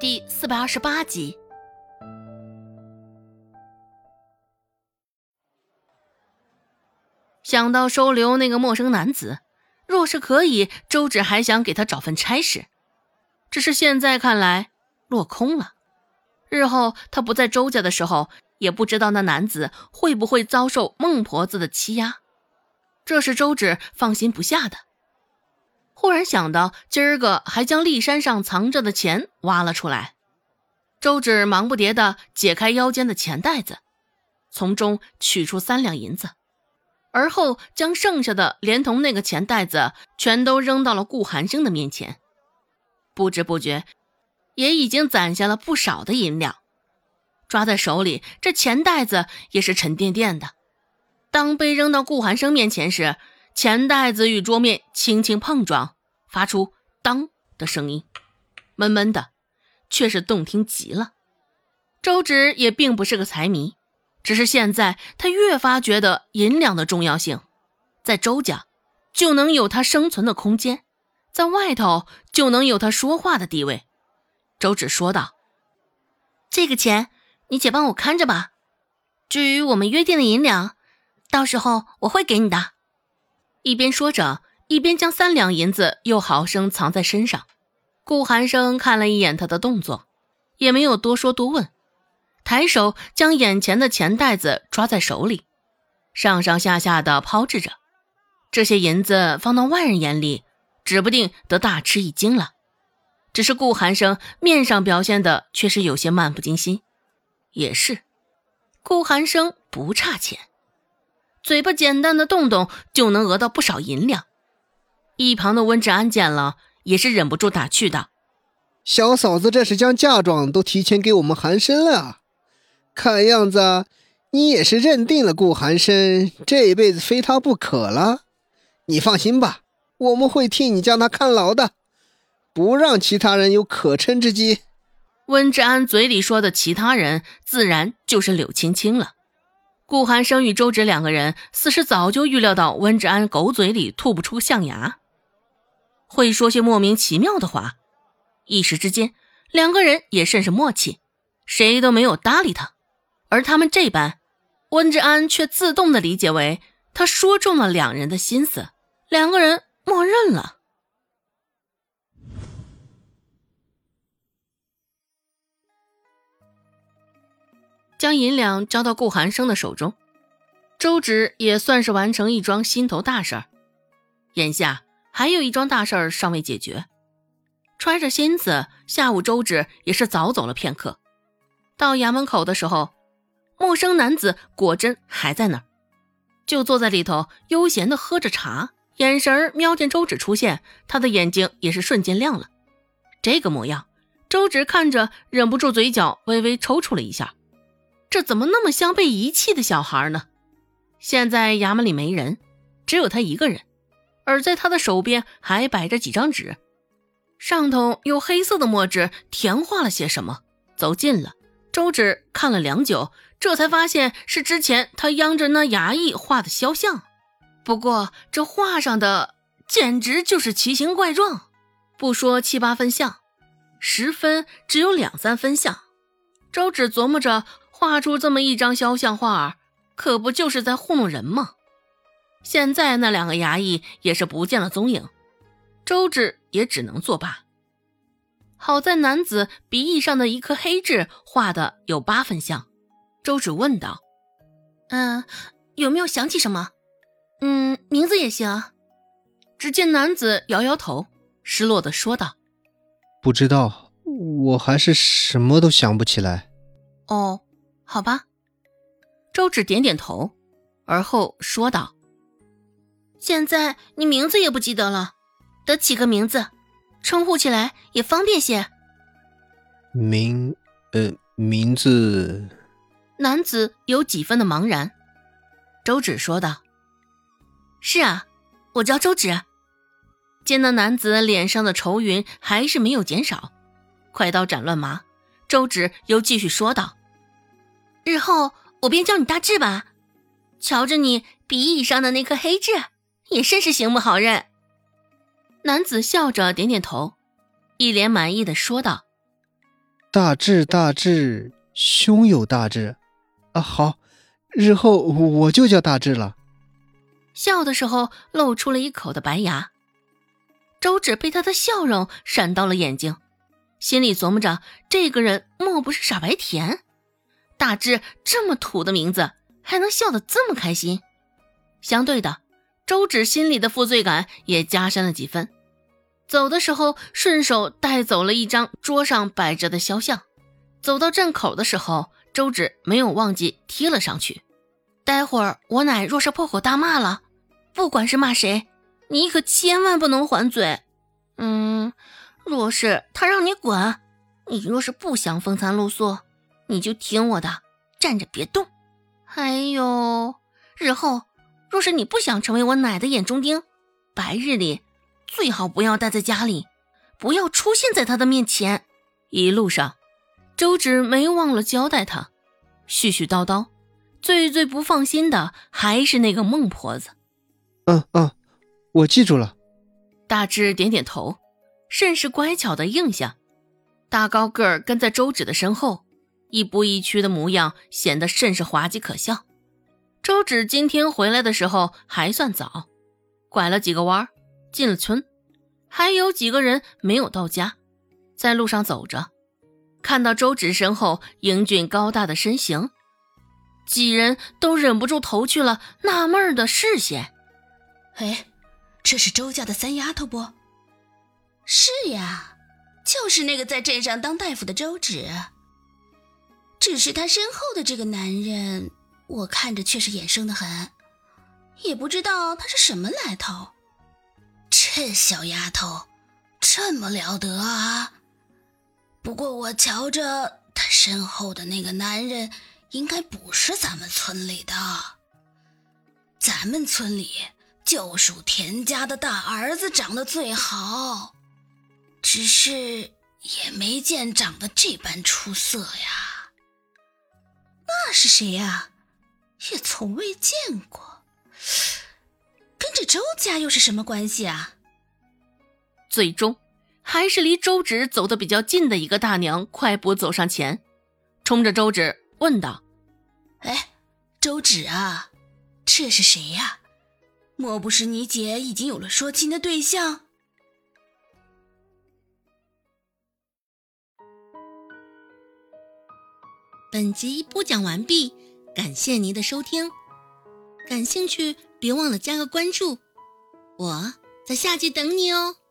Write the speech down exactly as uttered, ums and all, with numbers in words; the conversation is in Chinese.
第四百二十八集。想到收留那个陌生男子，若是可以，周芷还想给他找份差事，只是现在看来落空了。日后他不在周家的时候，也不知道那男子会不会遭受孟婆子的欺压，这是周芷放心不下的。忽然想到今儿个还将骊山上藏着的钱挖了出来，周芷忙不迭地解开腰间的钱袋子，从中取出三两银子，而后将剩下的连同那个钱袋子全都扔到了顾寒生的面前。不知不觉也已经攒下了不少的银两，抓在手里，这钱袋子也是沉甸甸的。当被扔到顾寒生面前时，钱袋子与桌面轻轻碰撞，发出当的声音，闷闷的，却是动听极了。周芷也并不是个财迷，只是现在他越发觉得银两的重要性，在周家就能有他生存的空间，在外头就能有他说话的地位。周芷说道：这个钱你且帮我看着吧，至于我们约定的银两，到时候我会给你的。一边说着，一边将三两银子又好生藏在身上。顾寒生看了一眼他的动作，也没有多说多问，抬手将眼前的钱袋子抓在手里，上上下下的抛掷着。这些银子放到外人眼里，指不定得大吃一惊了。只是顾寒生面上表现的却是有些漫不经心。也是，顾寒生不差钱，嘴巴简单的动动就能讹到不少银两。一旁的温志安见了，也是忍不住打趣道： 小嫂子这是将嫁妆都提前给我们寒生了啊，看样子你也是认定了顾寒生这辈子非他不可了。你放心吧，我们会替你将他看牢的，不让其他人有可乘之机。 温志安嘴里说的其他人，自然就是柳青青了。顾寒生与周芷两个人似是早就预料到温志安狗嘴里吐不出象牙，会说些莫名其妙的话。一时之间，两个人也甚是默契，谁都没有搭理他。而他们这般，温志安却自动地理解为他说中了两人的心思，两个人默认了。将银两交到顾寒生的手中，周芷也算是完成一桩心头大事儿。眼下还有一桩大事儿尚未解决，揣着心思，下午周芷也是早走了片刻。到衙门口的时候，陌生男子果真还在那儿，就坐在里头悠闲地喝着茶，眼神瞄见周芷出现，他的眼睛也是瞬间亮了。这个模样，周芷看着忍不住嘴角微微抽搐了一下。这怎么那么像被遗弃的小孩呢？现在衙门里没人，只有他一个人，而在他的手边还摆着几张纸，上头用黑色的墨汁填画了些什么。走近了，周芷看了良久，这才发现是之前他央着那衙役画的肖像。不过这画上的简直就是奇形怪状，不说七八分像，十分只有两三分像。周芷琢磨着，画出这么一张肖像画，可不就是在糊弄人吗？现在那两个衙役也是不见了踪影，周芷也只能作罢。好在男子鼻翼上的一颗黑痣画的有八分像。周芷问道：嗯，有没有想起什么？嗯，名字也行。只见男子摇摇头，失落地说道： 不知道，我还是什么都想不起来。 哦，好吧。周芷点点头，而后说道：现在你名字也不记得了，得起个名字，称呼起来也方便些。 名呃名字。 男子有几分的茫然。周芷说道：是啊，我叫周芷。见那男子脸上的愁云还是没有减少，快刀斩乱麻，周芷又继续说道：日后我便叫你大志吧，瞧着你鼻翼上的那颗黑痣，也甚是形不好认。男子笑着点点头，一脸满意的说道： 大志大志，胸有大志啊！好，日后我就叫大志了。 笑的时候露出了一口的白牙。周芷被他的笑容闪到了眼睛，心里琢磨着，这个人莫不是傻白甜？大志这么土的名字，还能笑得这么开心。相对的，周芷心里的负罪感也加深了几分。走的时候顺手带走了一张桌上摆着的肖像，走到镇口的时候，周芷没有忘记贴了上去。待会儿我奶若是破口大骂了，不管是骂谁，你可千万不能还嘴。嗯，若是他让你滚，你若是不想风餐露宿，你就听我的，站着别动。还有，日后若是你不想成为我奶的眼中钉，白日里最好不要待在家里，不要出现在他的面前。一路上，周芷没忘了交代他，絮絮叨叨，最最不放心的还是那个孟婆子。 嗯嗯，我记住了。 大志点点头，甚是乖巧的应下。大高个儿跟在周芷的身后，亦步亦趋的模样显得甚是滑稽可笑。周芷今天回来的时候还算早，拐了几个弯进了村，还有几个人没有到家，在路上走着，看到周芷身后英俊高大的身形，几人都忍不住投去了纳闷的视线。 哎，这是周家的三丫头不？是呀，就是那个在镇上当大夫的周芷。只是他身后的这个男人，我看着却是眼生得很，也不知道他是什么来头。这小丫头这么了得啊！不过我瞧着他身后的那个男人应该不是咱们村里的。咱们村里就属田家的大儿子长得最好，只是也没见长得这般出色呀。那是谁呀？也从未见过。跟着周家又是什么关系啊？ 最终还是离周芷走得比较近的一个大娘快步走上前，冲着周芷问道： 哎，周芷啊，这是谁呀？莫不是你姐已经有了说亲的对象？ 本集播讲完毕，感谢您的收听。感兴趣别忘了加个关注，我在下集等你哦。